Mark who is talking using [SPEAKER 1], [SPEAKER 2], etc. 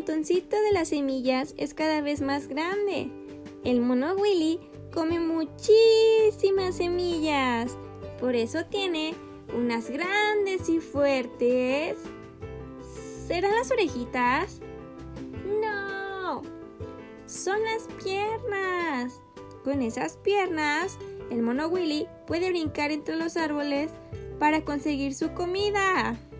[SPEAKER 1] ratoncito de las semillas es cada vez más grande. El mono Willy come muchísimas semillas. Por eso tiene unas grandes y fuertes. ¿Serán las orejitas? ¡No! Son las piernas. Con esas piernas, el mono Willy puede brincar entre los árboles para conseguir su comida.